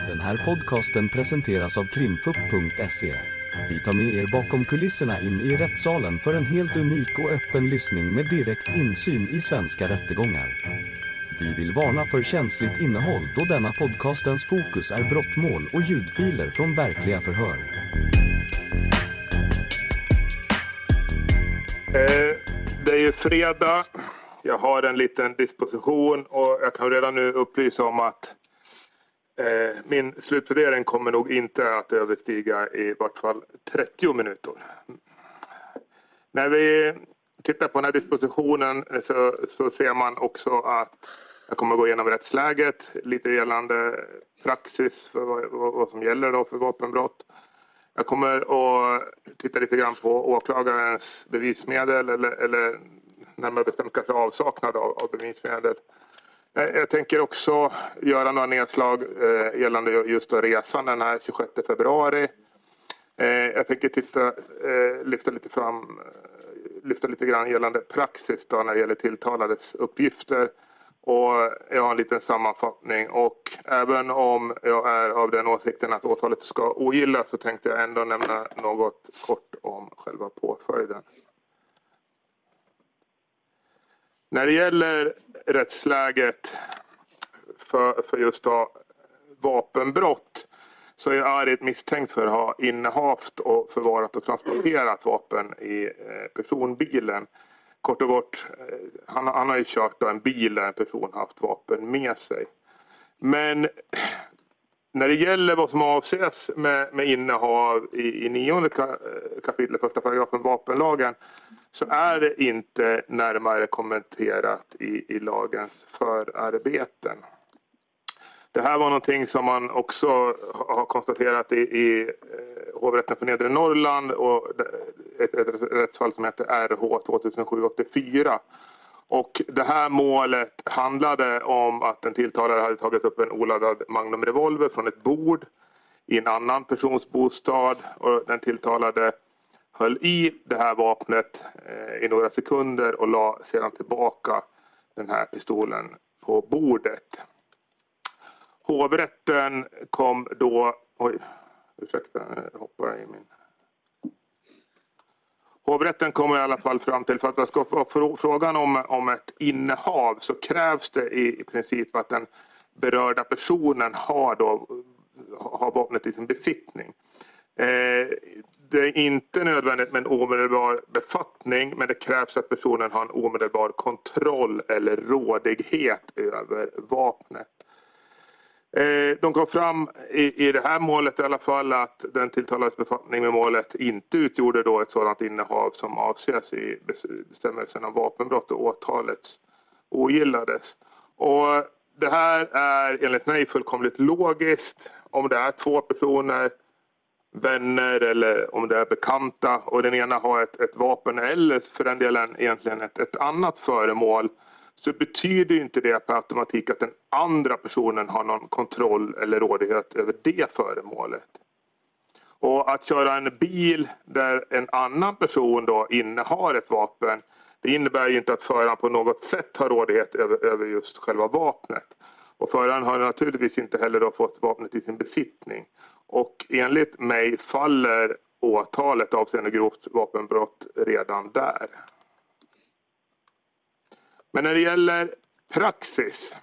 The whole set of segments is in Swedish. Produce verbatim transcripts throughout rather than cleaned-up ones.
Den här podcasten presenteras av krimfupp punkt se. Vi tar med er bakom kulisserna in i rättssalen för en helt unik och öppen lyssning med direkt insyn i svenska rättegångar. Vi vill varna för känsligt innehåll då denna podcastens fokus är brottmål och ljudfiler från verkliga förhör. Eh, det är ju fredag. Jag har en liten disposition och jag kan redan nu upplysa om att eh, min slutplädering kommer nog inte att överstiga i vart fall trettio minuter. När vi tittar på den här dispositionen så, så ser man också att jag kommer gå igenom rättsläget, lite gällande praxis för vad, vad, vad som gäller då för vapenbrott. Jag kommer att titta lite grann på åklagarens bevismedel eller, eller närmare bestämt kanske avsaknad av, av bevismedel. Jag, jag tänker också göra några nedslag eh, gällande just då resan den här tjugosjätte februari. Eh, jag tänker titta, eh, lyfta lite fram, lyfta lite grann gällande praxis då när det gäller tilltalades uppgifter. Och jag har en liten sammanfattning, och även om jag är av den åsikten att åtalet ska ogillas så tänkte jag ändå nämna något kort om själva påföljden. När det gäller rättsläget för, för just då vapenbrott så är Arit misstänkt för att ha innehaft och förvarat och transporterat vapen i personbilen. Kort och gott, han, han har ju kört då en bil där en person haft vapen med sig. Men när det gäller vad som avses med, med innehav i, i nionde kapitlet, första paragrafen vapenlagen, så är det inte närmare kommenterat i, i lagens förarbeten. Det här var någonting som man också har konstaterat i, i hovrätten för Nedre Norrland och ett, ett rättsfall som heter R H tvåtusensju åttiofyra. Och det här målet handlade om att den tilltalade hade tagit upp en oladdad Magnum revolver från ett bord i en annan persons bostad, och den tilltalade höll i det här vapnet i några sekunder och la sedan tillbaka den här pistolen på bordet. Hovrätten kom då... Oj, ursäkta, jag hoppar i min... Hovrätten kom i alla fall fram till, för att det ska vara frågan om, om ett innehav, så krävs det i, i princip att den berörda personen har, då, har vapnet i sin besittning. Eh, det är inte nödvändigt med en omedelbar befattning, men det krävs att personen har en omedelbar kontroll eller rådighet över vapnet. De kom fram i, i det här målet i alla fall att den tilltalades befattning med målet inte utgjorde då ett sådant innehav som avses i bestämmelsen om vapenbrott, och åtalet ogillades. Och det här är enligt mig fullkomligt logiskt om det är två personer, vänner eller om det är bekanta, och den ena har ett, ett vapen eller för den delen egentligen ett, ett annat föremål, så betyder ju inte det per automatik att den andra personen har någon kontroll eller rådighet över det föremålet. Och att köra en bil där en annan person då innehar ett vapen, det innebär ju inte att föraren på något sätt har rådighet över, över just själva vapnet. Och föraren har naturligtvis inte heller då fått vapnet i sin besittning. Och enligt mig faller åtalet avseende grovt vapenbrott redan där. Men när det gäller praxis,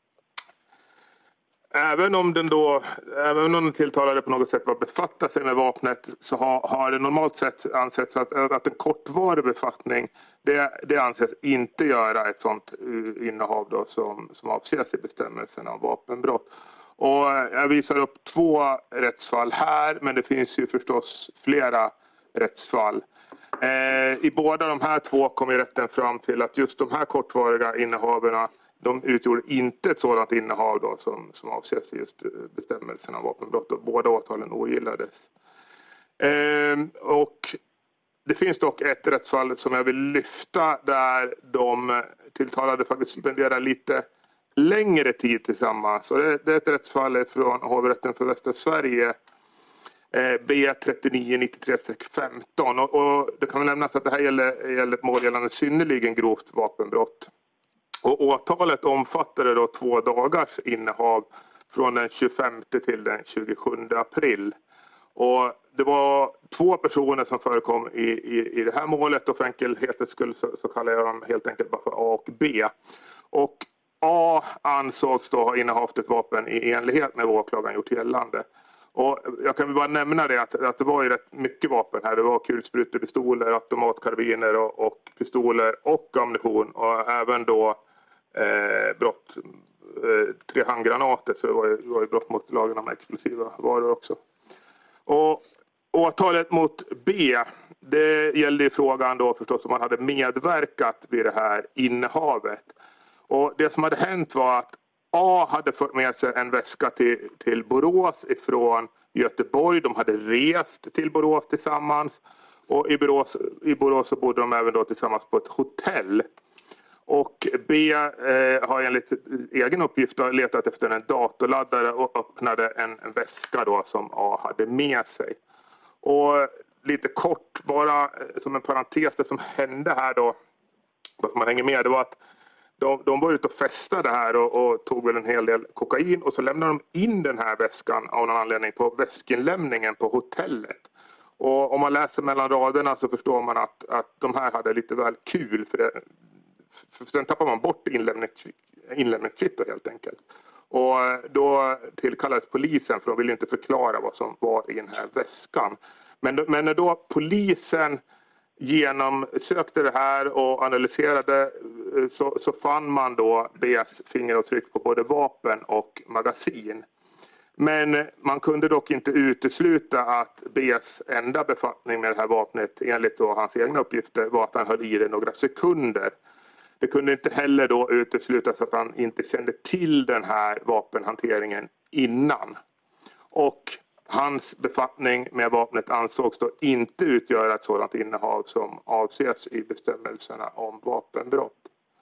även om den då, även om den tilltalade på något sätt var befattar sig med vapnet, så har, har det normalt sett ansetts att, att en kortvarig befattning, det, det anses inte göra ett sådant innehav då som, som avses i bestämmelsen om vapenbrott. Och jag visar upp två rättsfall här, men det finns ju förstås flera rättsfall. Eh, I båda de här två kom rätten fram till att just de här kortvariga innehaverna, de utgjorde inte ett sådant innehav då som, som avses i just bestämmelsen av vapenbrott, och båda åtalen ogillades. Eh, och det finns dock ett rättsfall som jag vill lyfta där de tilltalade faktiskt spenderar lite längre tid tillsammans. Och det, det är ett rättsfall från hovrätten för Västra Sverige, B trettionio nittiotre femton, och, och det kan väl nämnas att det här gäller, gäller ett mål gällande synnerligen grovt vapenbrott. Och åtalet omfattade då två dagars innehav från den tjugofemte till den tjugosjunde april. Och det var två personer som förekom i, i, i det här målet, och för enkelhetens skull så, så kallar jag dem helt enkelt bara för A och B. Och A ansågs då ha innehaft ett vapen i enlighet med vad åklagaren gjort gällande. Och jag kan bara nämna det att, att det var ju rätt mycket vapen här. Det var kulsprutepistoler, automatkarbiner och, och pistoler och ammunition, och även då eh, brott, eh, tre handgranater, så det var ju, det var ju brott mot lagen om explosiva varor också. Och åtalet mot B, det gällde i frågan då förstås om man hade medverkat vid det här innehavet. Och det som hade hänt var att A hade fått med sig en väska till, till Borås ifrån Göteborg. De hade rest till Borås tillsammans, och i Borås, i Borås så bodde de även då tillsammans på ett hotell. Och B eh, har enligt egen uppgift letat efter en datorladdare och öppnade en, en väska då som A hade med sig. Och lite kort bara som en parentes, det som hände här då, vad man hänger med, det var att de, de var ute och festade här och, och tog väl en hel del kokain, och så lämnade de in den här väskan av någon anledning på väskinlämningen på hotellet. Och om man läser mellan raderna så förstår man att, att de här hade lite väl kul, för det. För sen tappar man bort inlämningskvitto helt enkelt. Och då tillkallades polisen, för de ville inte förklara vad som var i den här väskan. Men, men när då polisen genomsökte det här och analyserade, så, så fann man då B:s fingeravtryck på både vapen och magasin. Men man kunde dock inte utesluta att B:s enda befattning med det här vapnet, enligt då hans egna uppgifter, var att han höll i det några sekunder. Det kunde inte heller då uteslutas att han inte kände till den här vapenhanteringen innan. Och hans befattning med vapnet ansågs då inte utgöra ett sådant innehav som avses i bestämmelserna om vapenbrott.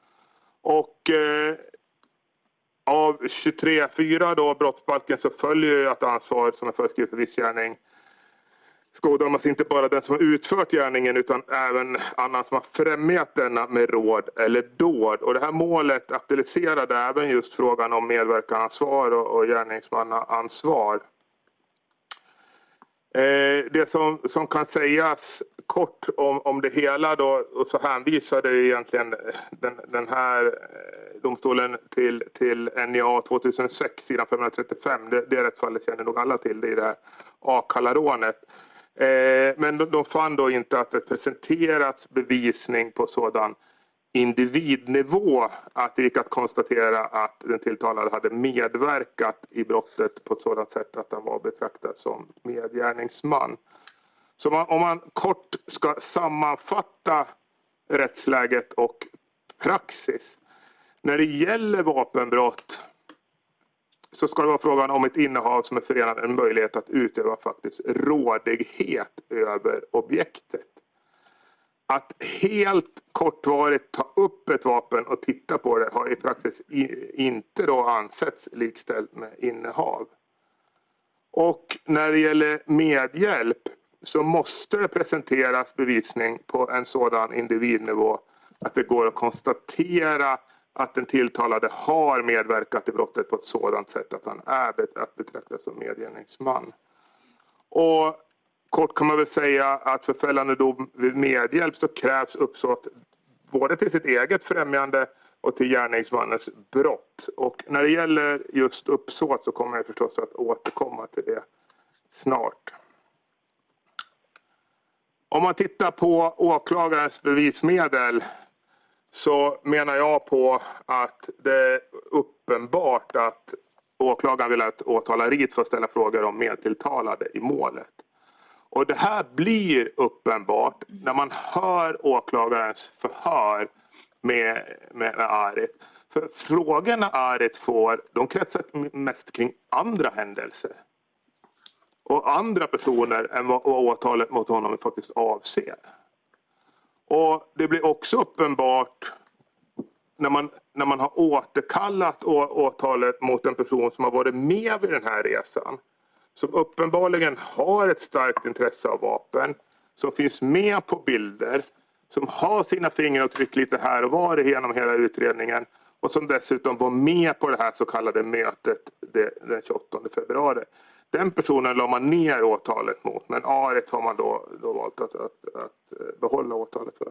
Och eh, av tjugotre fyra då brottsbalken så följer ju att ansvar som är föreskrivet för viss gärning ska ådömas inte bara den som har utfört gärningen, utan även annan som har främjat denna med råd eller dåd. Och det här målet aktualiserade även just frågan om medverkanansvar och, och gärningsmannaansvar. Eh, det som, som kan sägas kort om, om det hela då, och så hänvisade egentligen den, den här domstolen till, till N I A tvåtusensex, sidan femhundratrettiofem. Det, det rättsfallet känner nog alla till, det är det här A-kallarånet. Eh, men de, de fann då inte att det presenterats bevisning på sådan individnivå att det gick att konstatera att den tilltalade hade medverkat i brottet på ett sådant sätt att han var betraktad som medgärningsman. Så man, om man kort ska sammanfatta rättsläget och praxis. När det gäller vapenbrott så ska det vara frågan om ett innehav som är förenat med en möjlighet att utöva faktiskt rådighet över objektet. Att helt kortvarigt ta upp ett vapen och titta på det har i praxis inte då ansetts likställt med innehav. Och när det gäller medhjälp så måste det presenteras bevisning på en sådan individnivå att det går att konstatera att den tilltalade har medverkat i brottet på ett sådant sätt att han är att betrakta som medgärningsman. Och kort kan man väl säga att för fällande dom vid medhjälp så krävs uppsåt både till sitt eget främjande och till gärningsmannens brott. Och när det gäller just uppsåt så kommer jag förstås att återkomma till det snart. Om man tittar på åklagarens bevismedel så menar jag på att det är uppenbart att åklagaren vill att åtala rit för att ställa frågor om medtilltalade i målet. Och det här blir uppenbart när man hör åklagarens förhör med, med, med Arit. För frågorna Arit får, de kretsar mest kring andra händelser. Och andra personer än vad åtalet mot honom faktiskt avser. Och det blir också uppenbart när man, när man har återkallat åtalet mot en person som har varit med vid den här resan. Som uppenbarligen har ett starkt intresse av vapen. Som finns med på bilder. Som har sina fingeravtryck lite här och var genom hela utredningen. och som dessutom var med på det här så kallade mötet den tjugoåttonde februari. Den personen la man ner åtalet mot, men Arit har man då, då valt att, att, att behålla åtalet för.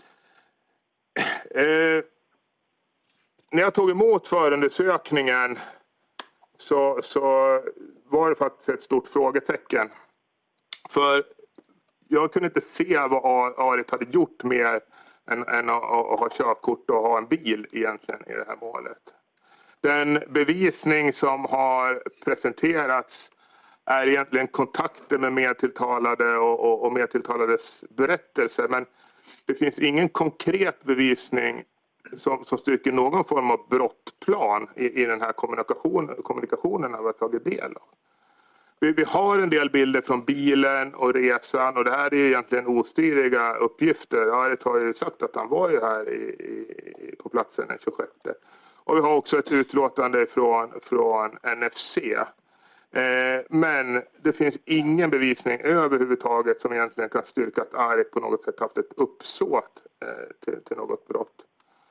Eh, när jag tog emot förundersökningen så, så var det faktiskt ett stort frågetecken. För jag kunde inte se vad Arit hade gjort mer än, än att, att ha körkort och ha en bil egentligen i det här målet. Den bevisning som har presenterats är egentligen kontakter med medtilltalade och, och, och medtilltalades berättelser. Men det finns ingen konkret bevisning som, som styrker någon form av brottplan i, i den här kommunikation, kommunikationen vi har tagit del av. Vi, vi har en del bilder från bilen och resan och det här är egentligen ostyriga uppgifter. Arit har ju sagt att han var ju här i, i, på platsen den tjugosjätte. Och vi har också ett utlåtande från, från N F C. Eh, men det finns ingen bevisning överhuvudtaget som egentligen kan styrka att Arit på något sätt haft ett uppsåt eh, till, till något brott.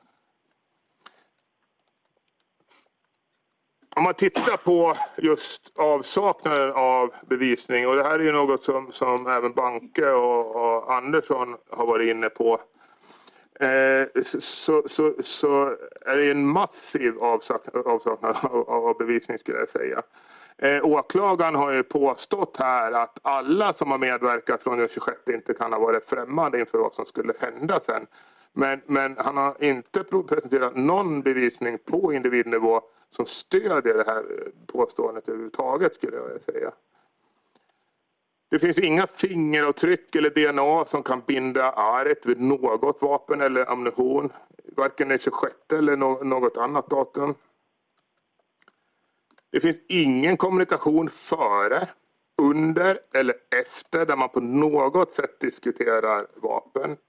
Om man tittar på just avsaknaden av bevisning, och det här är ju något som, som även Banke och, och Andersson har varit inne på, eh, så, så, så är det en massiv avsaknad, avsaknad av, av bevisning skulle jag säga. Eh, åklagaren har ju påstått här att alla som har medverkat från den tjugosjätte inte kan ha varit främmande inför vad som skulle hända sen. Men, men han har inte presenterat någon bevisning på individnivå som stödjer det här påståendet överhuvudtaget skulle jag säga. Det finns inga fingeravtryck eller D N A som kan binda Arit vid något vapen eller ammunition. Varken den tjugosjätte eller något annat datum. Det finns ingen kommunikation före, under eller efter där man på något sätt diskuterar vapen.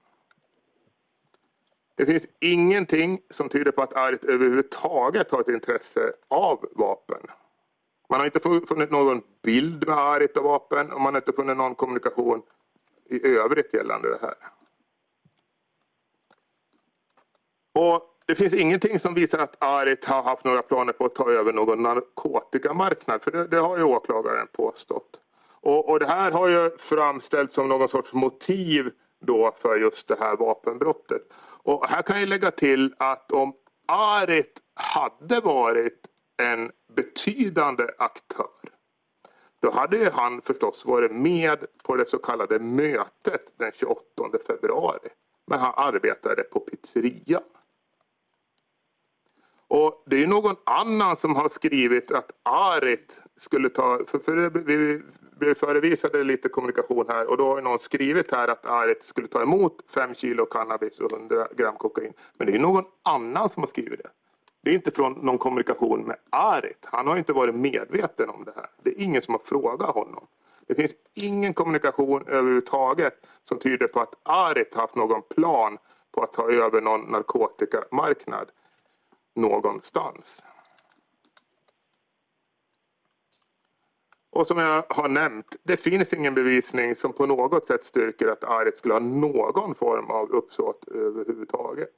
Det finns ingenting som tyder på att Arit överhuvudtaget har ett intresse av vapen. Man har inte funnit någon bild med Arit av vapen och man har inte funnit någon kommunikation i övrigt gällande det här. Och det finns ingenting som visar att Arit har haft några planer på att ta över någon narkotikamarknad. För det, det har ju åklagaren påstått. Och, och det här har ju framställts som någon sorts motiv då för just det här vapenbrottet. Och här kan jag lägga till att om Arit hade varit en betydande aktör, då hade ju han förstås varit med på det så kallade mötet den tjugoåttonde februari. Men han arbetade på pizzeria. Och det är någon annan som har skrivit att Arit skulle ta, för, för vi blev förevisade lite kommunikation här och då har någon skrivit här att Arit skulle ta emot fem kilo cannabis och hundra gram kokain. Men det är någon annan som har skrivit det. Det är inte från någon kommunikation med Arit. Han har inte varit medveten om det här. Det är ingen som har frågat honom. Det finns ingen kommunikation överhuvudtaget som tyder på att Arit haft någon plan på att ta över någon narkotikamarknad någonstans. Och som jag har nämnt, det finns ingen bevisning som på något sätt styrker att Arit skulle ha någon form av uppsåt överhuvudtaget.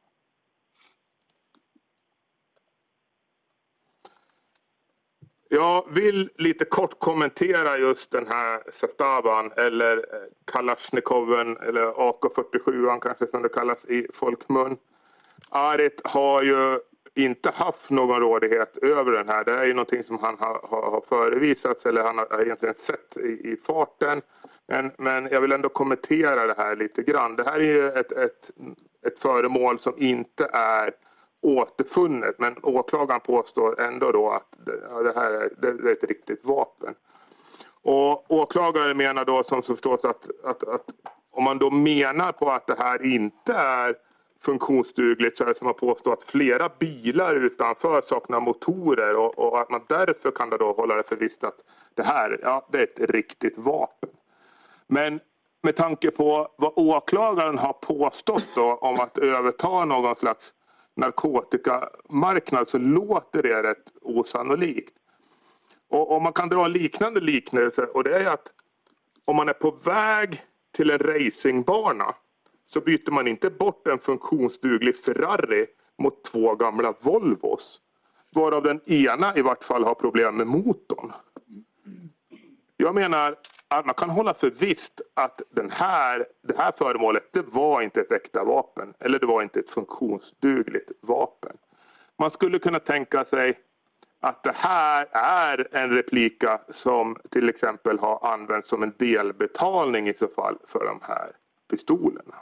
Jag vill lite kort kommentera just den här Zastavan eller Kalashnikoven eller A K fyrtiosju kanske som det kallas i folkmun. Arit har ju inte haft någon rådighet över den här. Det är ju någonting som han har, har, har förevisats eller han har egentligen sett i, i farten. Men, men jag vill ändå kommentera det här lite grann. Det här är ju ett, ett, ett föremål som inte är återfunnet. Men åklagaren påstår ändå då att det, det här är, det är ett riktigt vapen. Och åklagaren menar då som så förstås att, att, att om man då menar på att det här inte är funktionsdugligt så är det som att påstå att flera bilar utanför saknar motorer och, och att man därför kan då hålla det för visst att det här ja, det är ett riktigt vapen. Men med tanke på vad åklagaren har påstått då, om att överta någon slags narkotikamarknad så låter det rätt osannolikt. Och, och man kan dra en liknande liknelse och det är att om man är på väg till en racingbana så byter man inte bort en funktionsduglig Ferrari mot två gamla Volvos. Varav den ena i vart fall har problem med motorn. Jag menar att man kan hålla för visst att den här, det här föremålet, det var inte ett äkta vapen. Eller det var inte ett funktionsdugligt vapen. Man skulle kunna tänka sig att det här är en replika som till exempel har använts som en delbetalning i så fall för de här pistolerna.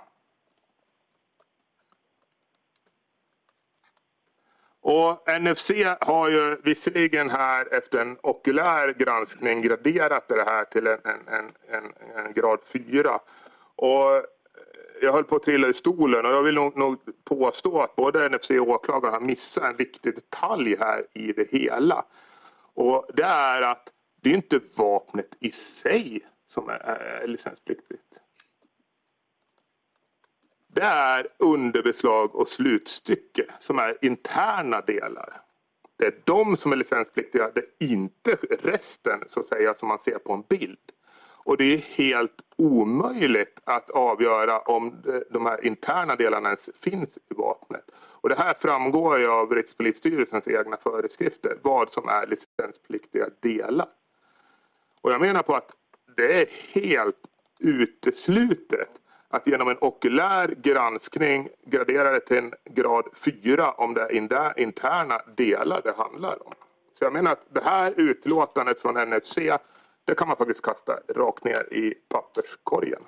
Och N F C har ju visserligen här efter en okulär granskning graderat det här till en, en, en, en, en grad fyra. Och jag höll på att trilla i stolen och jag vill nog, nog påstå att både N F C och åklagaren har missat en viktig detalj här i det hela. Och det är att det är inte vapnet i sig som är, är licenspliktigt. Det är underbeslag och slutstycke som är interna delar. Det är de som är licenspliktiga, det är inte resten så att säga som man ser på en bild. Och det är helt omöjligt att avgöra om de här interna delarna ens finns i vapnet. Och det här framgår ju av Rikspolisstyrelsens egna föreskrifter, vad som är licenspliktiga delar. Och jag menar på att det är helt uteslutet att genom en okulär granskning gradera det till en grad fyra om det är interna delar det handlar om. Så jag menar att det här utlåtandet från N F C, det kan man faktiskt kasta rakt ner i papperskorgen.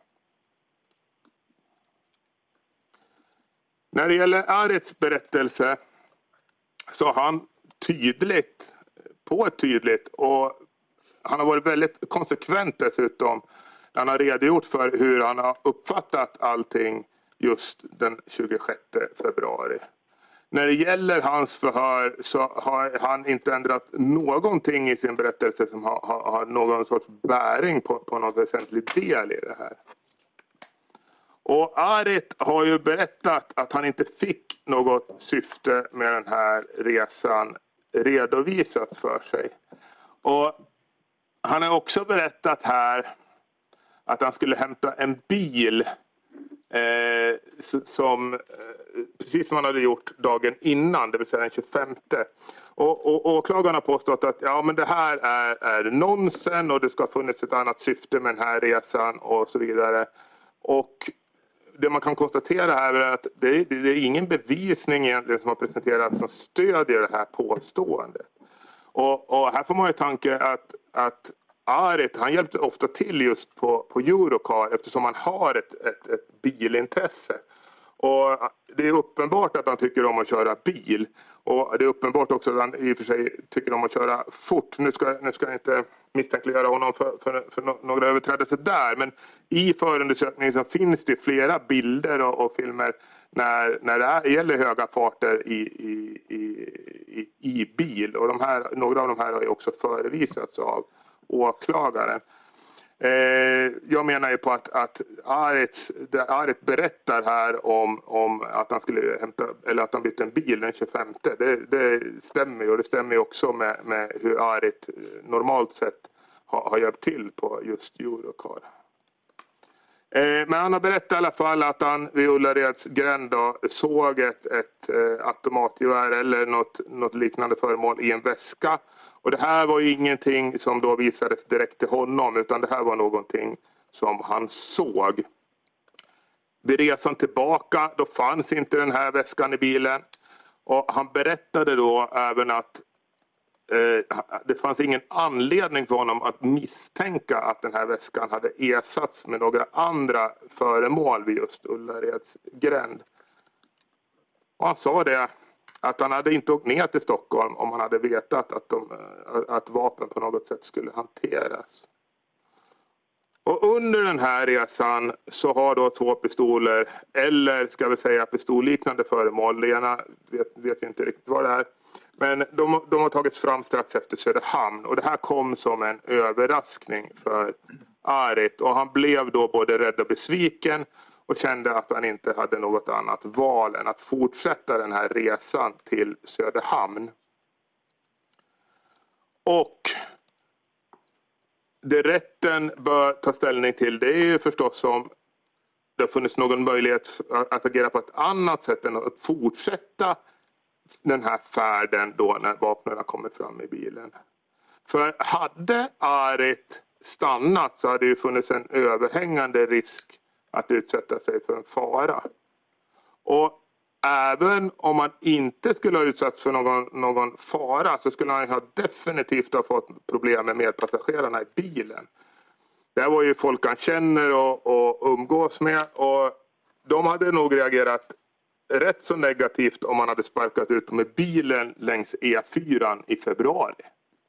När det gäller Arets berättelse så har han tydligt, på ett tydligt och han har varit väldigt konsekvent dessutom. Han har redogjort för hur han har uppfattat allting just den tjugosjätte februari. När det gäller hans förhör så har han inte ändrat någonting i sin berättelse som har, har, har någon sorts bäring på, på någon väsentlig del i det här. Och Aret har ju berättat att han inte fick något syfte med den här resan redovisat för sig. Och han har också berättat här att han skulle hämta en bil eh, som eh, precis som han hade gjort dagen innan, det vill säga den tjugofemte. Och, och åklagaren har påstått att ja, men det här är, är nonsens och det ska ha funnits ett annat syfte med den här resan och så vidare. Och det man kan konstatera här är att det är, det är ingen bevisning egentligen som har presenterats som stödjer det här påståendet. Och, och här får man ju tanke att, att Aret, han hjälpte ofta till just på, på Eurocar eftersom han har ett, ett, ett bilintresse. Och det är uppenbart att han tycker om att köra bil. Och det är uppenbart också att han i och för sig tycker om att köra fort. Nu ska, nu ska jag inte misstänkliggöra honom för, för, för några överträdelser där. Men i förundersökningen så finns det flera bilder och, och filmer när, när det är, gäller höga farter i, i, i, i, i bil. Och de här, några av de här har ju också förevisats av åklagaren. Eh, jag menar ju på att, att Aret, Aret berättar här om, om att han skulle hämta, eller att han bytte en bil den tjugofemte. Det, det stämmer ju, och det stämmer ju också med, med hur Aret normalt sett har, har hjälpt till på just Eurocar. Eh, men han har berättat i alla fall att han vid Ullareds gränd då, såg ett, ett eh, automatgevär eller något, något liknande föremål i en väska. Och det här var ju ingenting som då visades direkt till honom, utan det här var någonting som han såg. Vid resan tillbaka då fanns inte den här väskan i bilen. Och han berättade då även att eh, det fanns ingen anledning för honom att misstänka att den här väskan hade ersatts med några andra föremål vid just Ullareds gränd. Och han sa det, att han hade inte åkt ner till Stockholm om han hade vetat att, de, att vapen på något sätt skulle hanteras. Och under den här resan så har då två pistoler, eller ska vi säga pistolliknande föremål, det ena vet, vet vi inte riktigt vad det är, men de, de har tagits fram strax efter Söderhamn. Och det här kom som en överraskning för Aret, och han blev då både rädd och besviken och kände att han inte hade något annat val än att fortsätta den här resan till Söderhamn. Och det rätten bör ta ställning till, det är ju förstås om det har funnits någon möjlighet att agera på ett annat sätt än att fortsätta den här färden då när vapnen kommer fram i bilen. För hade Arit stannat så hade det funnits en överhängande risk att utsätta sig för en fara. Och även om man inte skulle ha utsatts för någon, någon fara så skulle han ha definitivt ha fått problem med medpassagerarna i bilen. Det här var ju folk han känner och, och umgås med, och de hade nog reagerat rätt så negativt om man hade sparkat ut med bilen längs E fyra i februari.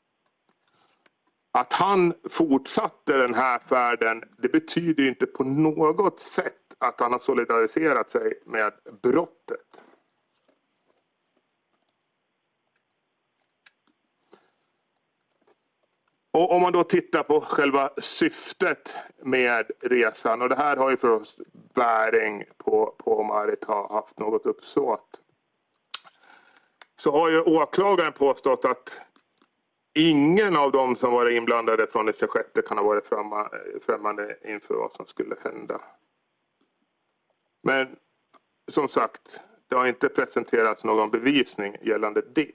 Att han fortsatte den här färden, det betyder ju inte på något sätt att han har solidariserat sig med brottet. Och om man då tittar på själva syftet med resan, och det här har ju för oss bäring på, på om Arit har haft något uppsåt, så har ju åklagaren påstått att ingen av dem som var inblandade från den tjugosjätte kan ha varit främmande inför vad som skulle hända. Men som sagt, det har inte presenterats någon bevisning gällande det.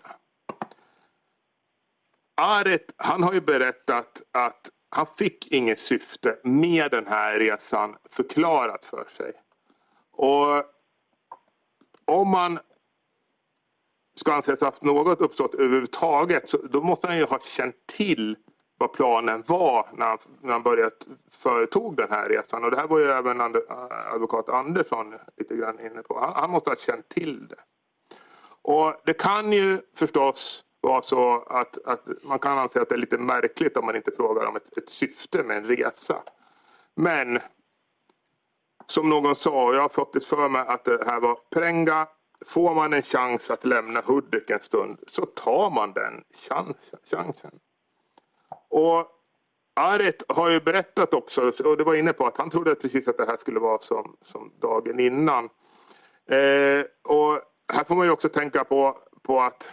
Arit, han har ju berättat att han fick inget syfte med den här resan förklarat för sig. Och om man ska anses ha haft något uppsåt överhuvudtaget, så då måste han ju ha känt till vad planen var när han, när han började företog den här resan. Och det här var ju även advokat Andersson lite grann inne på. Han, han måste ha känt till det. Och det kan ju förstås vara så att, att man kan anse att det är lite märkligt om man inte frågar om ett, ett syfte med en resa. Men som någon sa, och jag har fått det för mig att det här var Prenga, får man en chans att lämna Hudik en stund så tar man den chansen. Och Arit har ju berättat också, och det var inne på att han trodde precis att det här skulle vara som, som dagen innan. Eh, och här får man ju också tänka på, på att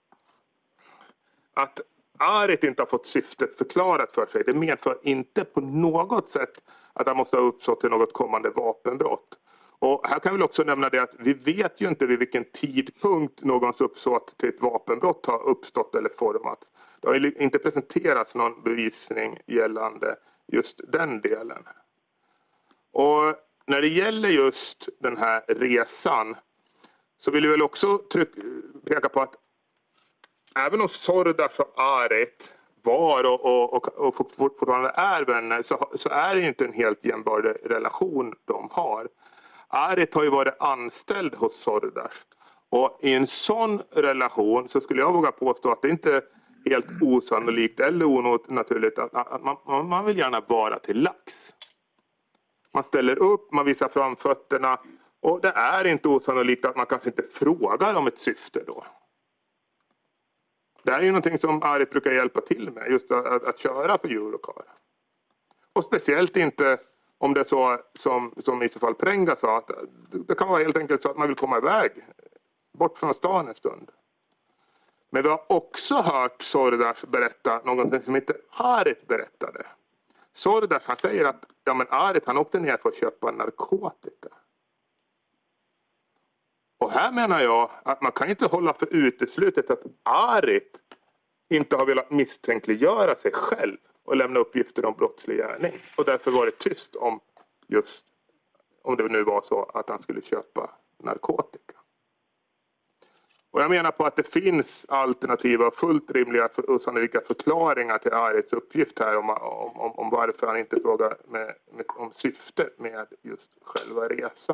att Arit inte har fått syftet förklarat för sig. Det medför inte på något sätt att han måste ha uppsåt till något kommande vapenbrott. Och här kan vi också nämna det att vi vet ju inte vid vilken tidpunkt någons uppsåt till ett vapenbrott har uppstått eller formats. Det har ju inte presenterats någon bevisning gällande just den delen. Och när det gäller just den här resan så vill vi väl också tryck, peka på att även om Sordas och Arit var och, och, och, och fortfarande är vänner så, så är det inte en helt jämbar relation de har. Arit har ju varit anställd hos Sordas. Och i en sån relation så skulle jag våga påstå att det inte är helt osannolikt eller onaturligt att, att man, man vill gärna vara till lax. Man ställer upp, man visar framfötterna och det är inte osannolikt att man kanske inte frågar om ett syfte då. Det här är ju någonting som Arit brukar hjälpa till med, just att, att, att köra för Eurocar. Och speciellt inte om det är så som, som i så fall Prenga sa, att det kan vara helt enkelt så att man vill komma iväg bort från stan en stund. Men vi har också hört Sordas berätta någonting som inte Arit berättade. Sordas, han säger att ja, men Arit han åkte ner för att köpa narkotika. Och här menar jag att man kan inte hålla för uteslutet att Arit inte har velat misstänkliggöra sig själv och lämna uppgifter om brottslig gärning. Och därför var det tyst om just om det nu var så att han skulle köpa narkotika. Och jag menar på att det finns alternativa fullt rimliga och sannolika förklaringar till Arits uppgift här om, om, om varför han inte frågar med, med, om syftet med just själva resan.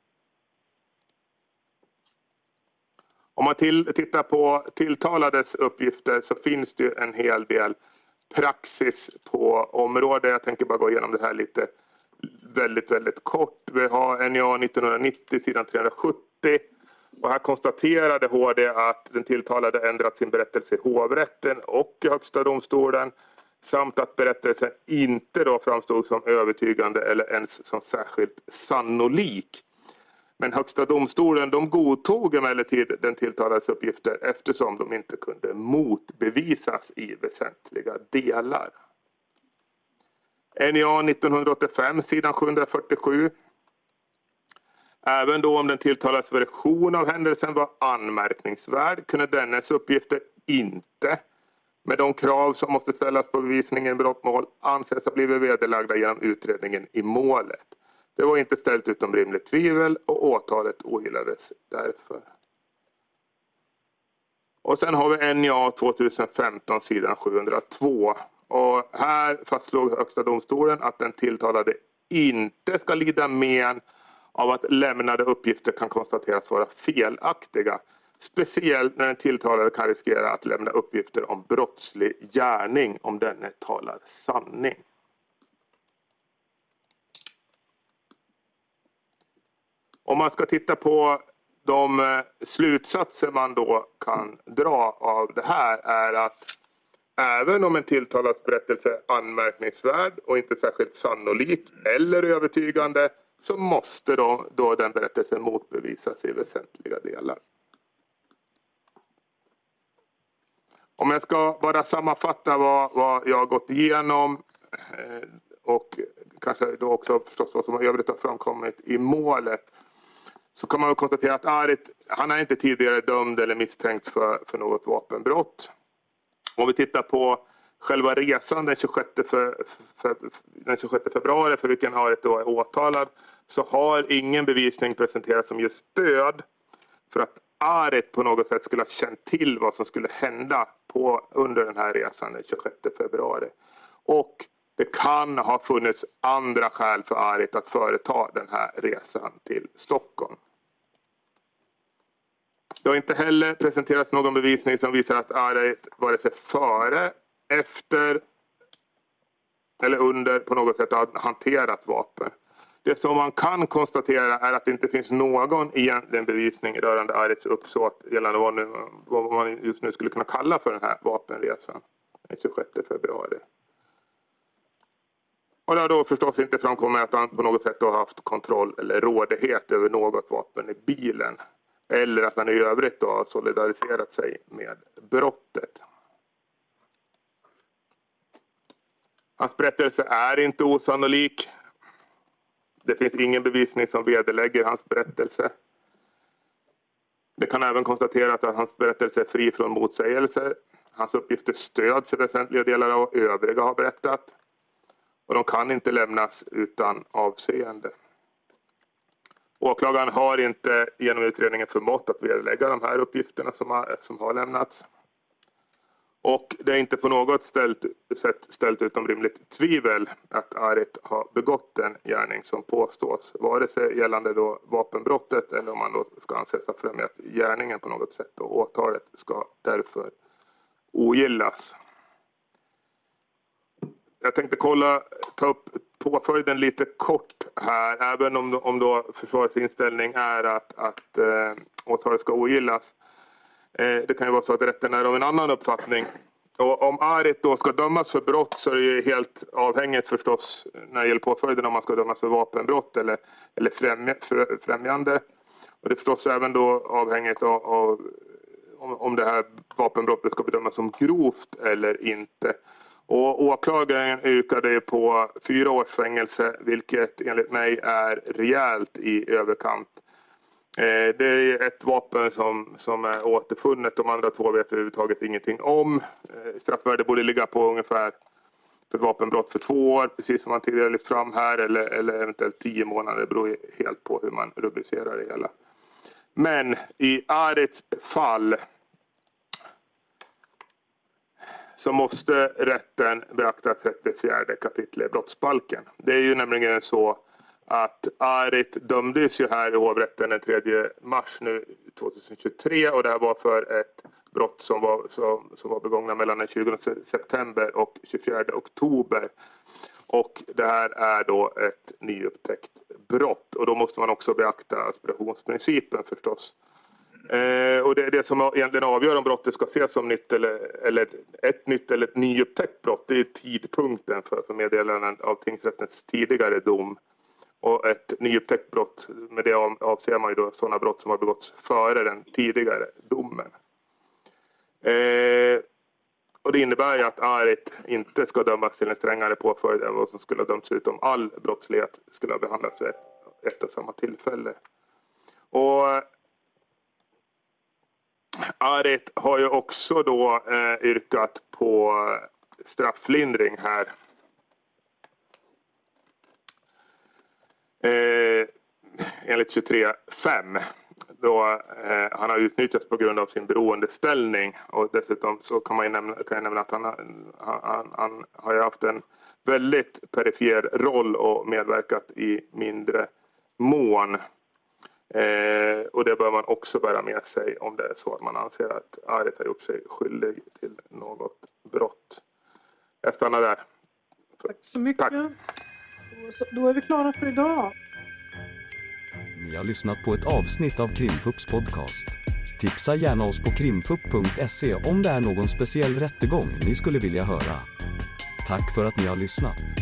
Om man till, tittar på tilltalades uppgifter så finns det en hel del praxis på området. Jag tänker bara gå igenom det här lite väldigt, väldigt kort. Vi har N J A nittonhundranittio sidan trehundrasjuttio. Och här konstaterade H D att den tilltalade ändrat sin berättelse i hovrätten och i högsta domstolen. Samt att berättelsen inte då framstod som övertygande eller ens som särskilt sannolik. Men högsta domstolen de godtog emellertid den tilltalades uppgifter eftersom de inte kunde motbevisas i väsentliga delar. N J A nittonhundraåttiofem sidan sjuhundrafyrtiosju. Även då om den tilltalades version av händelsen var anmärkningsvärd kunde dennes uppgifter inte, med de krav som måste ställas på bevisningen i brottmål, anses ha blivit vederlagda genom utredningen i målet. Det var inte ställt utom rimligt tvivel och åtalet ogillades därför. Och sen har vi N J A tjugohundrafemton sidan sjuhundratvå. Och här fastslog Högsta domstolen att den tilltalade inte ska lida men av att lämnade uppgifter kan konstateras vara felaktiga. Speciellt när den tilltalade kan riskera att lämna uppgifter om brottslig gärning om denne talar sanning. Om man ska titta på de slutsatser man då kan dra av det här är att även om en tilltalads berättelse är anmärkningsvärd och inte särskilt sannolik eller övertygande så måste då, då den berättelsen motbevisas i väsentliga delar. Om jag ska bara sammanfatta vad, vad jag har gått igenom eh, och kanske då också förstås vad som i övrigt har framkommit i målet, så kan man konstatera att Arit, han är inte tidigare dömd eller misstänkt för, för något vapenbrott. Om vi tittar på själva resan den tjugosjätte, för, för, den tjugosjätte februari för vilken Arit då är åtalad, så har ingen bevisning presenterats som just stöd för att Arit på något sätt skulle ha känt till vad som skulle hända på, under den här resan den tjugosjätte februari. Och det kan ha funnits andra skäl för Arit att företa den här resan till Stockholm. Det har inte heller presenterats någon bevisning som visar att Arit vare sig före, efter eller under på något sätt har hanterat vapen. Det som man kan konstatera är att det inte finns någon egentlig bevisning rörande Arits uppsåt gällande vad, nu, vad man just nu skulle kunna kalla för den här vapenresan den tjugosjätte februari. Och det har då förstås inte framkommit att han på något sätt har haft kontroll eller rådighet över något vapen i bilen. Eller att han i övrigt då har solidariserat sig med brottet. Hans berättelse är inte osannolik. Det finns ingen bevisning som vederlägger hans berättelse. Det kan även konstateras att hans berättelse är fri från motsägelser. Hans uppgifter stöds i väsentliga delar av övriga har berättat. Och de kan inte lämnas utan avseende. Åklagaren har inte genom utredningen förmått att vederlägga de här uppgifterna som har, som har lämnats. Och det är inte på något ställt, sätt ställt utom rimligt tvivel att Arit har begått den gärning som påstås. Vare sig gällande då vapenbrottet eller om man då ska anses ha främjat gärningen på något sätt. Och åtalet ska därför ogillas. Jag tänkte kolla, ta upp påföljden lite kort här. Även om, om då försvarets inställning är att, att äh, åtalet ska ogillas. Det kan ju vara så att rätten är av en annan uppfattning. Och om Arit då ska dömas för brott så är det ju helt avhängigt förstås när det gäller påföljden om man ska dömas för vapenbrott eller, eller främjande. Och det är förstås även då avhängigt av, av om, om det här vapenbrottet ska bedömas som grovt eller inte. Och åklagaren yrkade ju på fyra års fängelse, vilket enligt mig är rejält i överkant. Det är ett vapen som, som är återfunnet. De andra två vet vi överhuvudtaget ingenting om. Straffvärde borde ligga på ungefär för vapenbrott för två år. Precis som man tidigare lyft fram här. Eller, eller eventuellt tio månader. Det beror helt på hur man rubricerar det hela. Men i Arits fall så måste rätten beakta trettiofjärde kapitlet brottsbalken. Det är ju nämligen så att Arit dömdes ju här i hovrätten den tredje mars nu tjugohundratjugotre och det här var för ett brott som var, som, som var begångna mellan den tjugonde september och tjugofjärde oktober. Och det här är då ett nyupptäckt brott och då måste man också beakta aspirationsprincipen förstås. Eh, och det är det som egentligen avgör om brottet ska ses som nytt eller, eller ett nytt eller ett nyupptäckt brott. Det är tidpunkten för, för meddelandet av tingsrättens tidigare dom. Och ett nyupptäckt brott, med det avser man ju då sådana brott som har begåtts före den tidigare domen. Eh, och det innebär ju att Arit inte ska dömas till en strängare påföljd än vad som skulle ha dömts ut om all brottslighet skulle ha behandlats vid ett, ett och samma tillfälle. Och Arit har ju också då eh, yrkat på strafflindring här. Eh, enligt tjugotre fem. Då eh, han har utnyttjats på grund av sin beroendeställning. Och dessutom så kan man ju nämna, kan jag nämna att han, han, han, han har ju haft en väldigt perifer roll och medverkat i mindre mån. Eh, och det bör man också bära med sig om det är så att man anser att Arit har gjort sig skyldig till något brott. Jag stannar där. Tack så mycket. Tack. Då, då är vi klara för idag. Ni har lyssnat på ett avsnitt av Krimfupps podcast. Tipsa gärna oss på krimfupp punkt se om det är någon speciell rättegång ni skulle vilja höra. Tack för att ni har lyssnat.